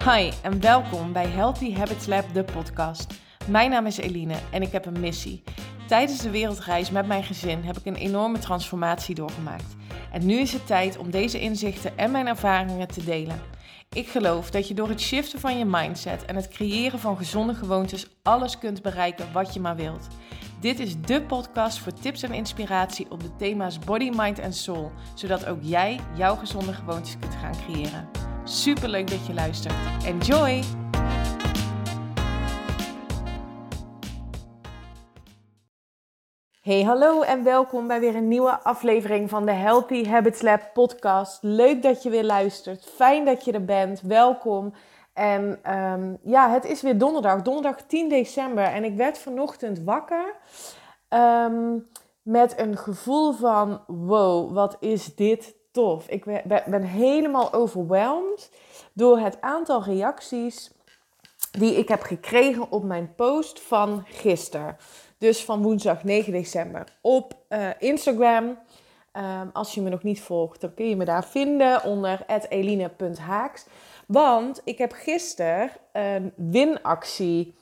Hi en welkom bij Healthy Habits Lab, de podcast. Mijn naam is Eline en ik heb een missie. Tijdens de wereldreis met mijn gezin heb ik een enorme transformatie doorgemaakt. En nu is het tijd om deze inzichten en mijn ervaringen te delen. Ik geloof dat je door het shiften van je mindset en het creëren van gezonde gewoontes alles kunt bereiken wat je maar wilt. Dit is dé podcast voor tips en inspiratie op de thema's body, mind en soul, zodat ook jij jouw gezonde gewoontes kunt gaan creëren. Super leuk dat je luistert. Enjoy! Hey, hallo en welkom bij weer een nieuwe aflevering van de Healthy Habits Lab podcast. Leuk dat je weer luistert. Fijn dat je er bent. Welkom. En het is weer donderdag 10 december. En ik werd vanochtend wakker met een gevoel van wow, wat is dit tof. Ik ben helemaal overweldigd door het aantal reacties die ik heb gekregen op mijn post van gisteren. Dus van woensdag 9 december op Instagram. Als je me nog niet volgt, dan kun je me daar vinden onder @eline.haaks. Want ik heb gisteren een winactie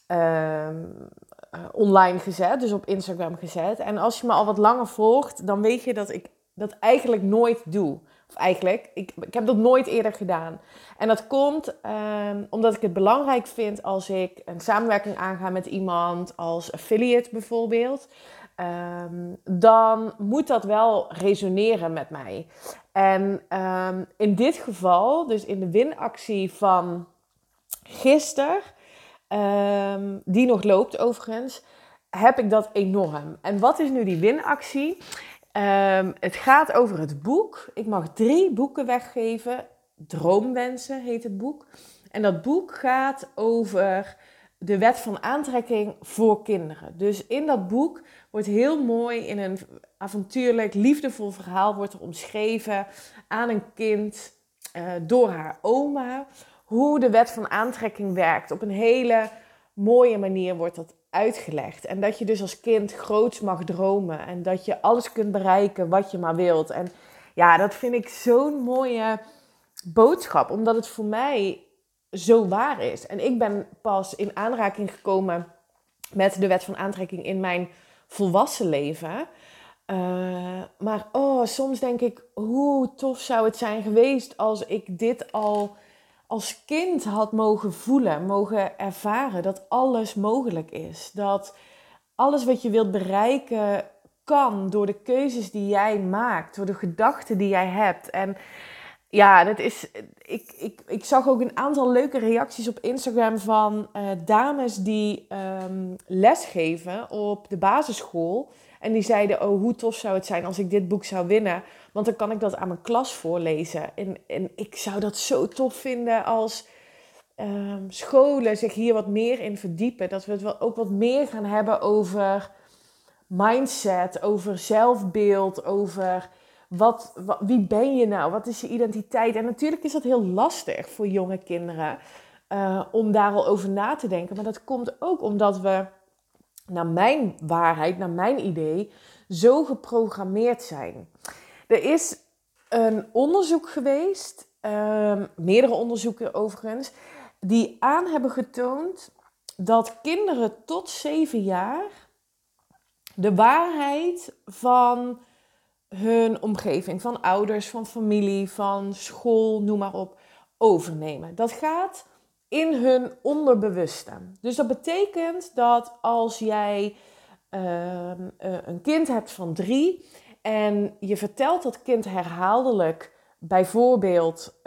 online gezet, dus op Instagram gezet. En als je me al wat langer volgt, dan weet je dat ik dat eigenlijk nooit doe. Of eigenlijk, ik heb dat nooit eerder gedaan. En dat komt omdat ik het belangrijk vind als ik een samenwerking aanga met iemand, als affiliate bijvoorbeeld. Dan moet dat wel resoneren met mij. En in dit geval, dus in de winactie van gisteren, die nog loopt overigens, heb ik dat enorm. En wat is nu die winactie? Het gaat over het boek. Ik mag 3 boeken weggeven. Droomwensen heet het boek. En dat boek gaat over de wet van aantrekking voor kinderen. Dus in dat boek wordt heel mooi in een avontuurlijk, liefdevol verhaal wordt er omschreven aan een kind door haar oma hoe de wet van aantrekking werkt. Op een hele mooie manier wordt dat uitgelegd. En dat je dus als kind groots mag dromen. En dat je alles kunt bereiken wat je maar wilt. En ja, dat vind ik zo'n mooie boodschap. Omdat het voor mij zo waar is. En ik ben pas in aanraking gekomen met de wet van aantrekking in mijn volwassen leven. Maar soms denk ik, hoe tof zou het zijn geweest als ik dit al als kind had mogen voelen, mogen ervaren dat alles mogelijk is. Dat alles wat je wilt bereiken kan door de keuzes die jij maakt, door de gedachten die jij hebt. En ja, dat is, ik zag ook een aantal leuke reacties op Instagram van dames die lesgeven op de basisschool. En die zeiden, oh, hoe tof zou het zijn als ik dit boek zou winnen. Want dan kan ik dat aan mijn klas voorlezen. En ik zou dat zo tof vinden als scholen zich hier wat meer in verdiepen. Dat we het wel ook wat meer gaan hebben over mindset, over zelfbeeld, over wie ben je nou? Wat is je identiteit? En natuurlijk is dat heel lastig voor jonge kinderen om daar al over na te denken. Maar dat komt ook omdat we, naar mijn waarheid, naar mijn idee, zo geprogrammeerd zijn. Er is een onderzoek geweest, meerdere onderzoeken overigens, die aan hebben getoond dat kinderen tot 7 jaar de waarheid van hun omgeving, van ouders, van familie, van school, noem maar op, overnemen. Dat gaat in hun onderbewuste. Dus dat betekent dat als jij een kind hebt van 3 en je vertelt dat kind herhaaldelijk, bijvoorbeeld,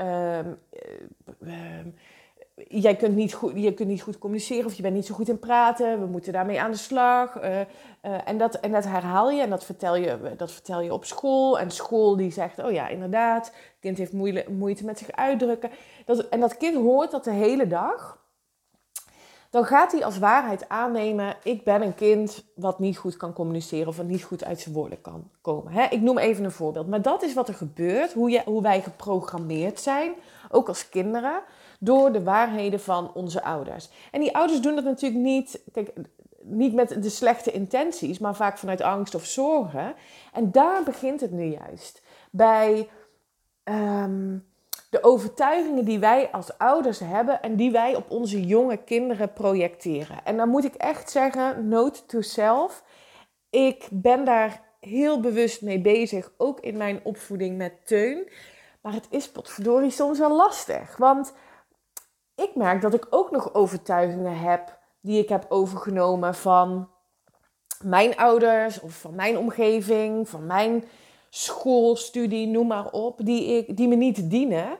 je kunt niet goed communiceren of je bent niet zo goed in praten, we moeten daarmee aan de slag. En dat herhaal je en dat vertel je op school. En school die zegt, oh ja, inderdaad, het kind heeft moeite met zich uitdrukken. En dat kind hoort dat de hele dag. Dan gaat hij als waarheid aannemen, ik ben een kind wat niet goed kan communiceren of wat niet goed uit zijn woorden kan komen. Ik noem even een voorbeeld. Maar dat is wat er gebeurt, hoe wij geprogrammeerd zijn, ook als kinderen, door de waarheden van onze ouders. En die ouders doen dat natuurlijk niet met de slechte intenties, maar vaak vanuit angst of zorgen. En daar begint het nu juist. Bij de overtuigingen die wij als ouders hebben en die wij op onze jonge kinderen projecteren. En dan moet ik echt zeggen, note to self, ik ben daar heel bewust mee bezig, ook in mijn opvoeding met Teun. Maar het is potverdorie soms wel lastig, want ik merk dat ik ook nog overtuigingen heb die ik heb overgenomen van mijn ouders of van mijn omgeving, van mijn schoolstudie, noem maar op, die me niet dienen.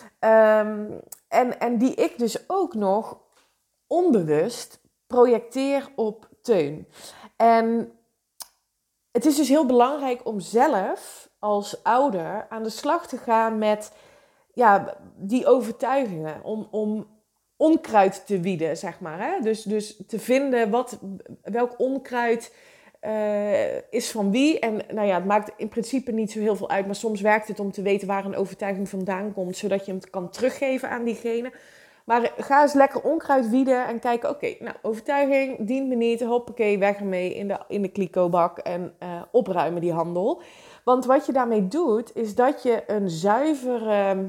En die ik dus ook nog onbewust projecteer op Teun. En het is dus heel belangrijk om zelf als ouder aan de slag te gaan met die overtuigingen. Om onkruid te wieden, zeg maar. Hè? Dus te vinden welk onkruid is van wie. En nou ja, het maakt in principe niet zo heel veel uit. Maar soms werkt het om te weten waar een overtuiging vandaan komt. Zodat je hem kan teruggeven aan diegene. Maar ga eens lekker onkruid wieden en kijken, oké, nou, overtuiging dient me niet, hoppakee, weg ermee in de kliko-bak en opruimen die handel. Want wat je daarmee doet, is dat je een zuivere,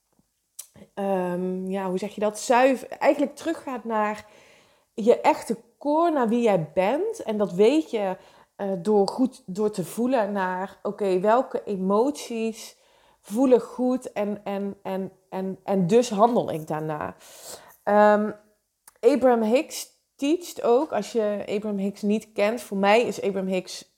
hoe zeg je dat, eigenlijk teruggaat naar je echte core, naar wie jij bent. En dat weet je door te voelen naar, oké, welke emoties voelen goed en dus handel ik daarna. Abraham Hicks teacht ook, als je Abraham Hicks niet kent, voor mij is Abraham Hicks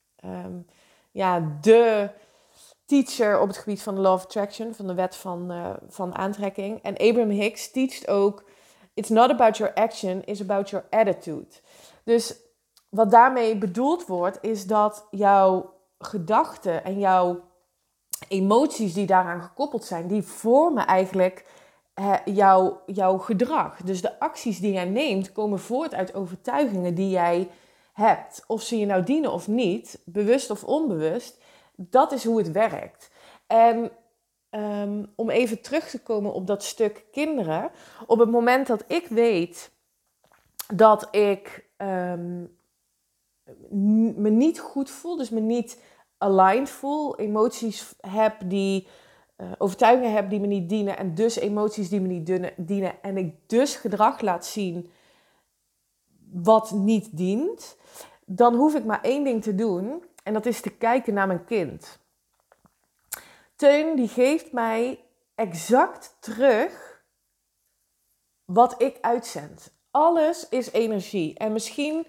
de teacher op het gebied van Law of Attraction, van de wet van aantrekking. En Abraham Hicks teacht ook, it's not about your action, it's about your attitude. Dus wat daarmee bedoeld wordt, is dat jouw gedachten en jouw emoties die daaraan gekoppeld zijn, die vormen eigenlijk jouw gedrag. Dus de acties die jij neemt, komen voort uit overtuigingen die jij hebt. Of ze je nou dienen of niet, bewust of onbewust, dat is hoe het werkt. En om even terug te komen op dat stuk kinderen. Op het moment dat ik weet dat ik me niet goed voel, dus me niet aligned voel, emoties heb die, overtuigingen heb die me niet dienen en dus emoties die me niet dienen en ik dus gedrag laat zien wat niet dient, dan hoef ik maar één ding te doen en dat is te kijken naar mijn kind. Teun die geeft mij exact terug wat ik uitzend. Alles is energie en misschien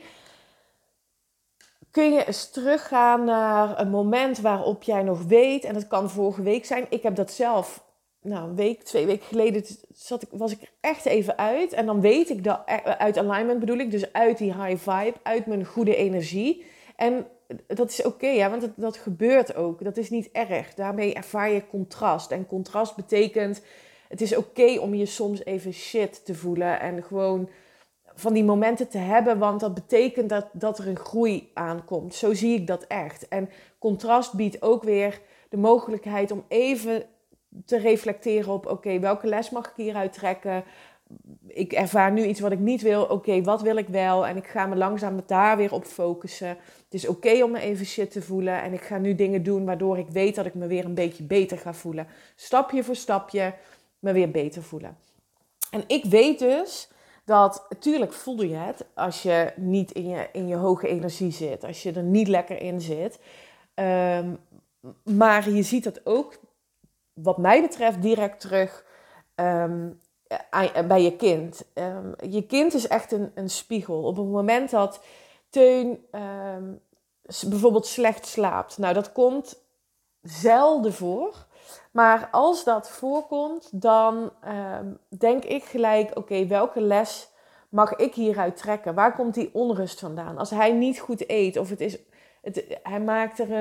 kun je eens teruggaan naar een moment waarop jij nog weet, en dat kan vorige week zijn. Ik heb dat zelf, een week, 2 weken geleden, was ik er echt even uit. En dan weet ik dat, uit alignment bedoel ik, dus uit die high vibe, uit mijn goede energie. En dat is oké, want dat gebeurt ook. Dat is niet erg. Daarmee ervaar je contrast. En contrast betekent, het is oké om je soms even shit te voelen en gewoon van die momenten te hebben, want dat betekent dat er een groei aankomt. Zo zie ik dat echt. En contrast biedt ook weer de mogelijkheid om even te reflecteren op, oké, welke les mag ik hieruit trekken? Ik ervaar nu iets wat ik niet wil. Oké, wat wil ik wel? En ik ga me langzaam daar weer op focussen. Het is oké om me even shit te voelen. En ik ga nu dingen doen waardoor ik weet dat ik me weer een beetje beter ga voelen. Stapje voor stapje me weer beter voelen. En ik weet dus dat, natuurlijk voel je het als je niet in je hoge energie zit. Als je er niet lekker in zit. Maar je ziet dat ook, wat mij betreft, direct terug bij je kind. Je kind is echt een spiegel. Op het moment dat Teun bijvoorbeeld slecht slaapt. Nou, dat komt zelden voor. Maar als dat voorkomt, dan denk ik gelijk, oké, welke les mag ik hieruit trekken? Waar komt die onrust vandaan? Als hij niet goed eet, of hij maakt er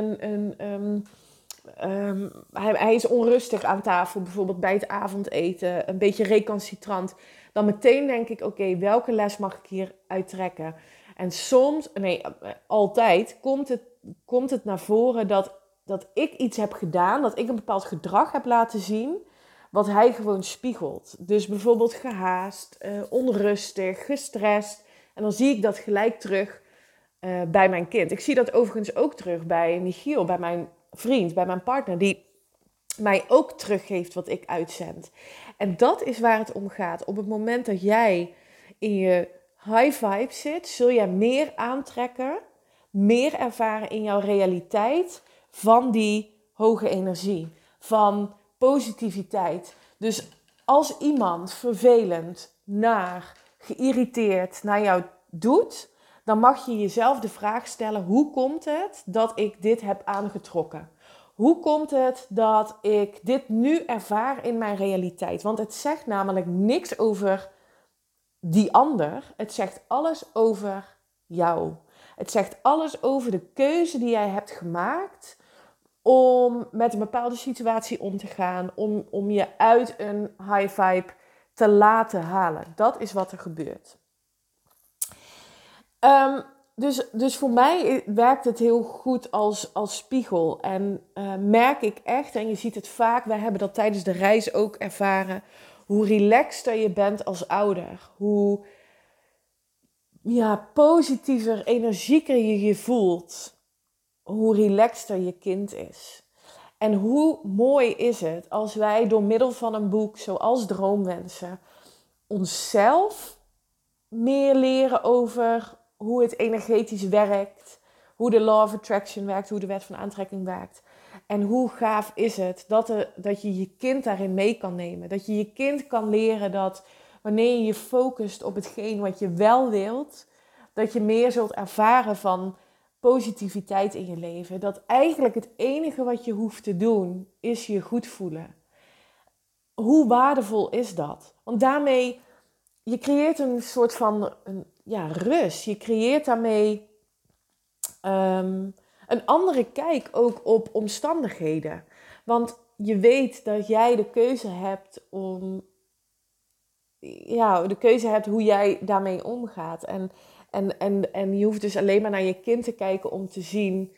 hij is onrustig aan tafel, bijvoorbeeld bij het avondeten, een beetje recalcitrant. Dan meteen denk ik, oké, welke les mag ik hieruit trekken? En altijd komt het naar voren dat ik iets heb gedaan, dat ik een bepaald gedrag heb laten zien, wat hij gewoon spiegelt. Dus bijvoorbeeld gehaast, onrustig, gestrest. En dan zie ik dat gelijk terug bij mijn kind. Ik zie dat overigens ook terug bij Michiel, bij mijn vriend, bij mijn partner. Die mij ook teruggeeft wat ik uitzend. En dat is waar het om gaat. Op het moment dat jij in je high vibe zit, zul jij meer aantrekken, meer ervaren in jouw realiteit van die hoge energie, van positiviteit. Dus als iemand vervelend, naar, geïrriteerd naar jou doet, dan mag je jezelf de vraag stellen: hoe komt het dat ik dit heb aangetrokken? Hoe komt het dat ik dit nu ervaar in mijn realiteit? Want het zegt namelijk niks over die ander. Het zegt alles over jou. Het zegt alles over de keuze die jij hebt gemaakt om met een bepaalde situatie om te gaan. Om je uit een high vibe te laten halen. Dat is wat er gebeurt. Dus voor mij werkt het heel goed als spiegel. En merk ik echt, en je ziet het vaak, wij hebben dat tijdens de reis ook ervaren, hoe relaxter je bent als ouder. Hoe positiever, energieker je je voelt. Hoe relaxter je kind is. En hoe mooi is het als wij door middel van een boek zoals Droomwensen onszelf meer leren over hoe het energetisch werkt, hoe de law of attraction werkt, hoe de wet van aantrekking werkt. En hoe gaaf is het dat je je kind daarin mee kan nemen. Dat je je kind kan leren dat wanneer je je focust op hetgeen wat je wel wilt, dat je meer zult ervaren van positiviteit in je leven. Dat eigenlijk het enige wat je hoeft te doen, is je goed voelen. Hoe waardevol is dat? Want daarmee, je creëert een soort van rust. Je creëert daarmee een andere kijk ook op omstandigheden. Want je weet dat jij de keuze hebt hoe jij daarmee omgaat. En je hoeft dus alleen maar naar je kind te kijken om te zien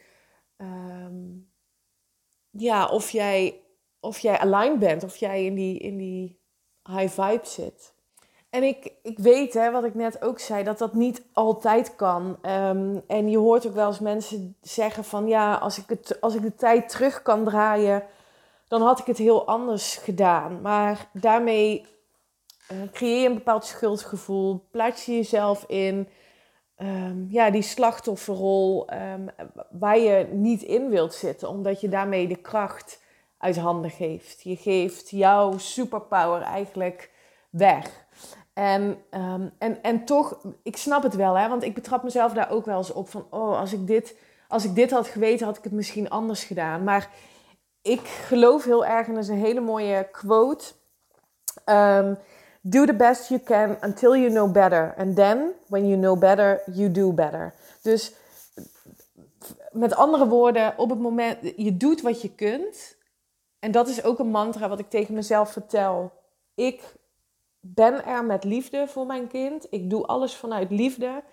of jij aligned bent, of jij in die high vibe zit. En ik weet, wat ik net ook zei, dat niet altijd kan. En je hoort ook wel eens mensen zeggen van ja, als ik de tijd terug kan draaien, dan had ik het heel anders gedaan. Maar daarmee creëer je een bepaald schuldgevoel, plaats je jezelf in die slachtofferrol waar je niet in wilt zitten, omdat je daarmee de kracht uit handen geeft. Je geeft jouw superpower eigenlijk weg. En toch, ik snap het wel, want ik betrap mezelf daar ook wel eens op van, als ik dit had geweten, had ik het misschien anders gedaan. Maar ik geloof heel erg, en dat is een hele mooie quote. Do the best you can until you know better. And then, when you know better, you do better. Dus met andere woorden, op het moment, je doet wat je kunt. En dat is ook een mantra wat ik tegen mezelf vertel. Ik ben er met liefde voor mijn kind. Ik doe alles vanuit liefde.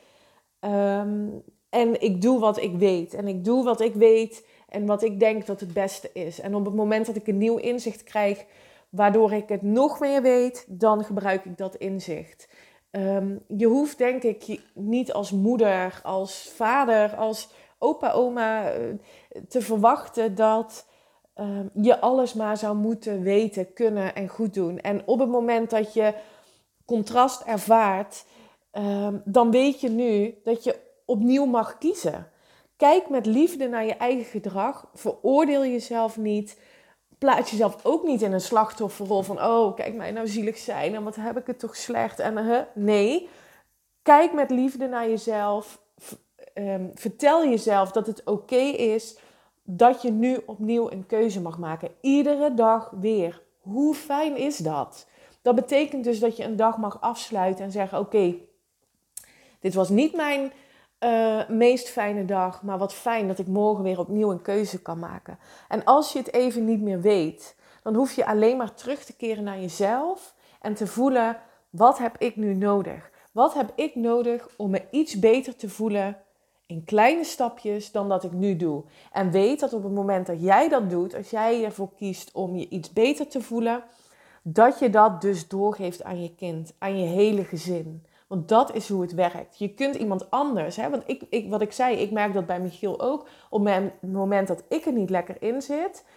En ik doe wat ik weet. En ik doe wat ik weet en wat ik denk dat het beste is. En op het moment dat ik een nieuw inzicht krijg, waardoor ik het nog meer weet, dan gebruik ik dat inzicht. Je hoeft denk ik niet als moeder, als vader, als opa, oma te verwachten dat je alles maar zou moeten weten, kunnen en goed doen. En op het moment dat je contrast ervaart, dan weet je nu dat je opnieuw mag kiezen. Kijk met liefde naar je eigen gedrag. Veroordeel jezelf niet. Plaats jezelf ook niet in een slachtofferrol van, oh, kijk mij nou zielig zijn en wat heb ik het toch slecht. Nee, kijk met liefde naar jezelf. Vertel jezelf dat het oké is dat je nu opnieuw een keuze mag maken. Iedere dag weer. Hoe fijn is dat? Dat betekent dus dat je een dag mag afsluiten en zeggen, oké, dit was niet mijn meest fijne dag, maar wat fijn dat ik morgen weer opnieuw een keuze kan maken. En als je het even niet meer weet, dan hoef je alleen maar terug te keren naar jezelf en te voelen, wat heb ik nu nodig? Wat heb ik nodig om me iets beter te voelen in kleine stapjes dan dat ik nu doe? En weet dat op het moment dat jij dat doet, als jij ervoor kiest om je iets beter te voelen, dat je dat dus doorgeeft aan je kind, aan je hele gezin. Want dat is hoe het werkt. Je kunt iemand anders, want wat ik zei, ik merk dat bij Michiel ook. Op het moment dat ik er niet lekker in zit,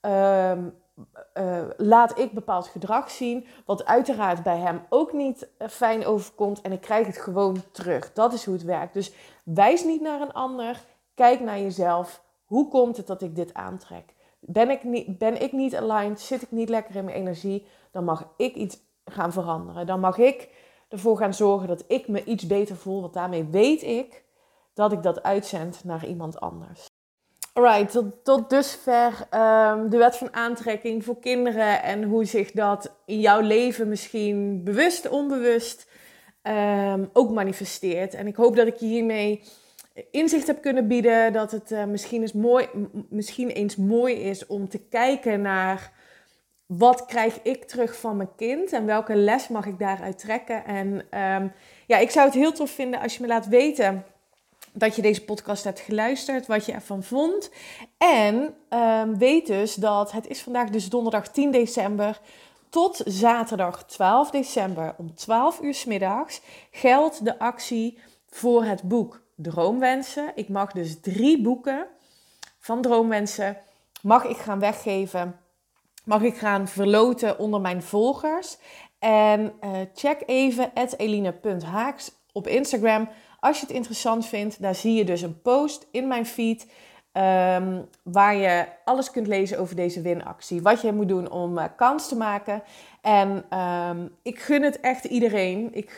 laat ik bepaald gedrag zien, wat uiteraard bij hem ook niet fijn overkomt en ik krijg het gewoon terug. Dat is hoe het werkt. Dus wijs niet naar een ander, kijk naar jezelf. Hoe komt het dat ik dit aantrek? Ben ik niet aligned, zit ik niet lekker in mijn energie, dan mag ik iets gaan veranderen. Dan mag ik ervoor gaan zorgen dat ik me iets beter voel, want daarmee weet ik dat ik dat uitzend naar iemand anders. Alright, tot dusver de wet van aantrekking voor kinderen en hoe zich dat in jouw leven misschien bewust, onbewust ook manifesteert. En ik hoop dat ik je hiermee inzicht heb kunnen bieden, dat het misschien eens mooi is om te kijken naar wat krijg ik terug van mijn kind en welke les mag ik daaruit trekken. En ik zou het heel tof vinden als je me laat weten dat je deze podcast hebt geluisterd, wat je ervan vond. En weet dus dat het is vandaag dus donderdag 10 december tot zaterdag 12 december om 12 uur 's middags geldt de actie voor het boek Droomwensen. Ik mag dus 3 boeken van Droomwensen mag ik gaan weggeven, mag ik gaan verloten onder mijn volgers. En check even @eline.haaks op Instagram. Als je het interessant vindt, daar zie je dus een post in mijn feed waar je alles kunt lezen over deze winactie. Wat je moet doen om kans te maken. En ik gun het echt iedereen. Ik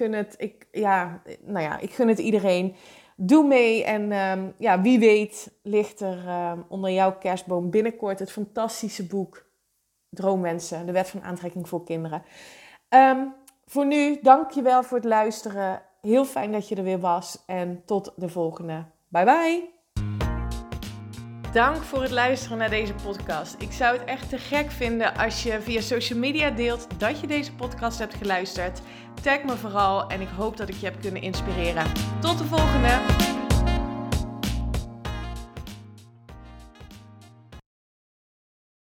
gun het iedereen. Doe mee en wie weet ligt er onder jouw kerstboom binnenkort het fantastische boek Droomwensen, de wet van aantrekking voor kinderen. Voor nu, dankjewel voor het luisteren. Heel fijn dat je er weer was en tot de volgende. Bye bye! Dank voor het luisteren naar deze podcast. Ik zou het echt te gek vinden als je via social media deelt dat je deze podcast hebt geluisterd. Tag me vooral en ik hoop dat ik je heb kunnen inspireren. Tot de volgende!